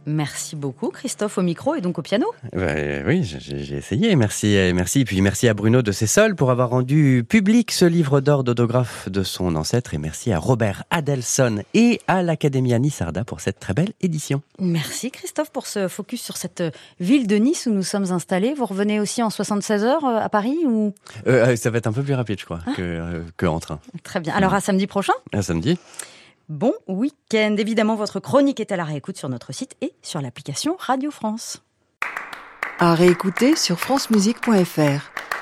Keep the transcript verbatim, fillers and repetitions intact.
Merci beaucoup Christophe au micro et donc au piano. Bah, oui, j'ai, j'ai essayé. Merci, merci. Et puis merci à Bruno de Sessol pour avoir rendu public ce livre d'or d'autographes de son ancêtre. Et merci à Robert Adelson et à l'Académie Nice-Arda pour cette très belle édition. Merci Christophe pour ce focus sur cette ville de Nice où nous sommes installés. Vous revenez aussi en soixante-seize heures à Paris ou euh, Ça va être un peu plus rapide, je crois, ah. que, euh, que en train. Très bien. Alors à samedi prochain. À samedi. Bon week-end. Évidemment, votre chronique est à la réécoute sur notre site et sur l'application Radio France. À réécouter sur francemusique point f r.